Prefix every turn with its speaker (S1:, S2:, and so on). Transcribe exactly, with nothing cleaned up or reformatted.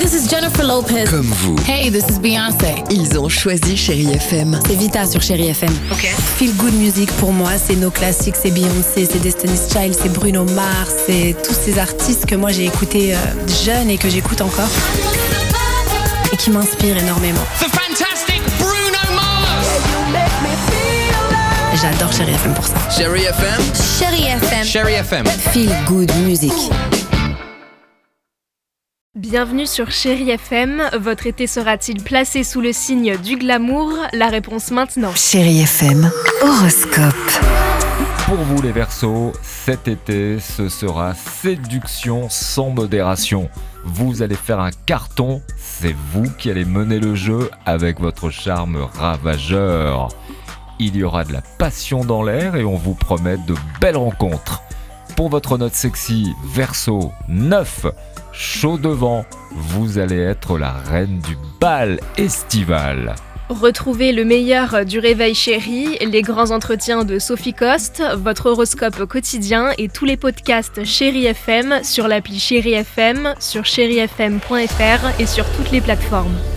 S1: this is Jennifer Lopez.
S2: Comme vous.
S1: Hey, this is Beyoncé.
S3: Ils ont choisi Chérie F M.
S1: C'est Vita sur Chérie F M.
S4: Ok.
S5: Feel good music pour moi, c'est nos classiques, c'est Beyoncé, c'est Destiny's Child, c'est Bruno Mars, c'est tous ces artistes que moi j'ai écoutés euh, jeune et que j'écoute encore et qui m'inspirent énormément.
S6: The fantastic Bruno Mars.
S5: J'adore Chérie F M pour ça.
S2: Chérie F M.
S1: Chérie F M.
S2: Chérie F M.
S5: Feel good music.
S4: Bienvenue sur Chérie F M. Votre été sera-t-il placé sous le signe du glamour? La réponse maintenant.
S3: Chérie F M, horoscope.
S7: Pour vous les Verseaux, cet été, ce sera séduction sans modération. Vous allez faire un carton, c'est vous qui allez mener le jeu avec votre charme ravageur. Il y aura de la passion dans l'air et on vous promet de belles rencontres. Pour votre note sexy, Verseau neuf, chaud devant, vous allez être la reine du bal estival.
S4: Retrouvez le meilleur du réveil chéri, les grands entretiens de Sophie Coste, votre horoscope quotidien et tous les podcasts Chérie F M sur l'appli Chérie F M, sur chérie f m point f r et sur toutes les plateformes.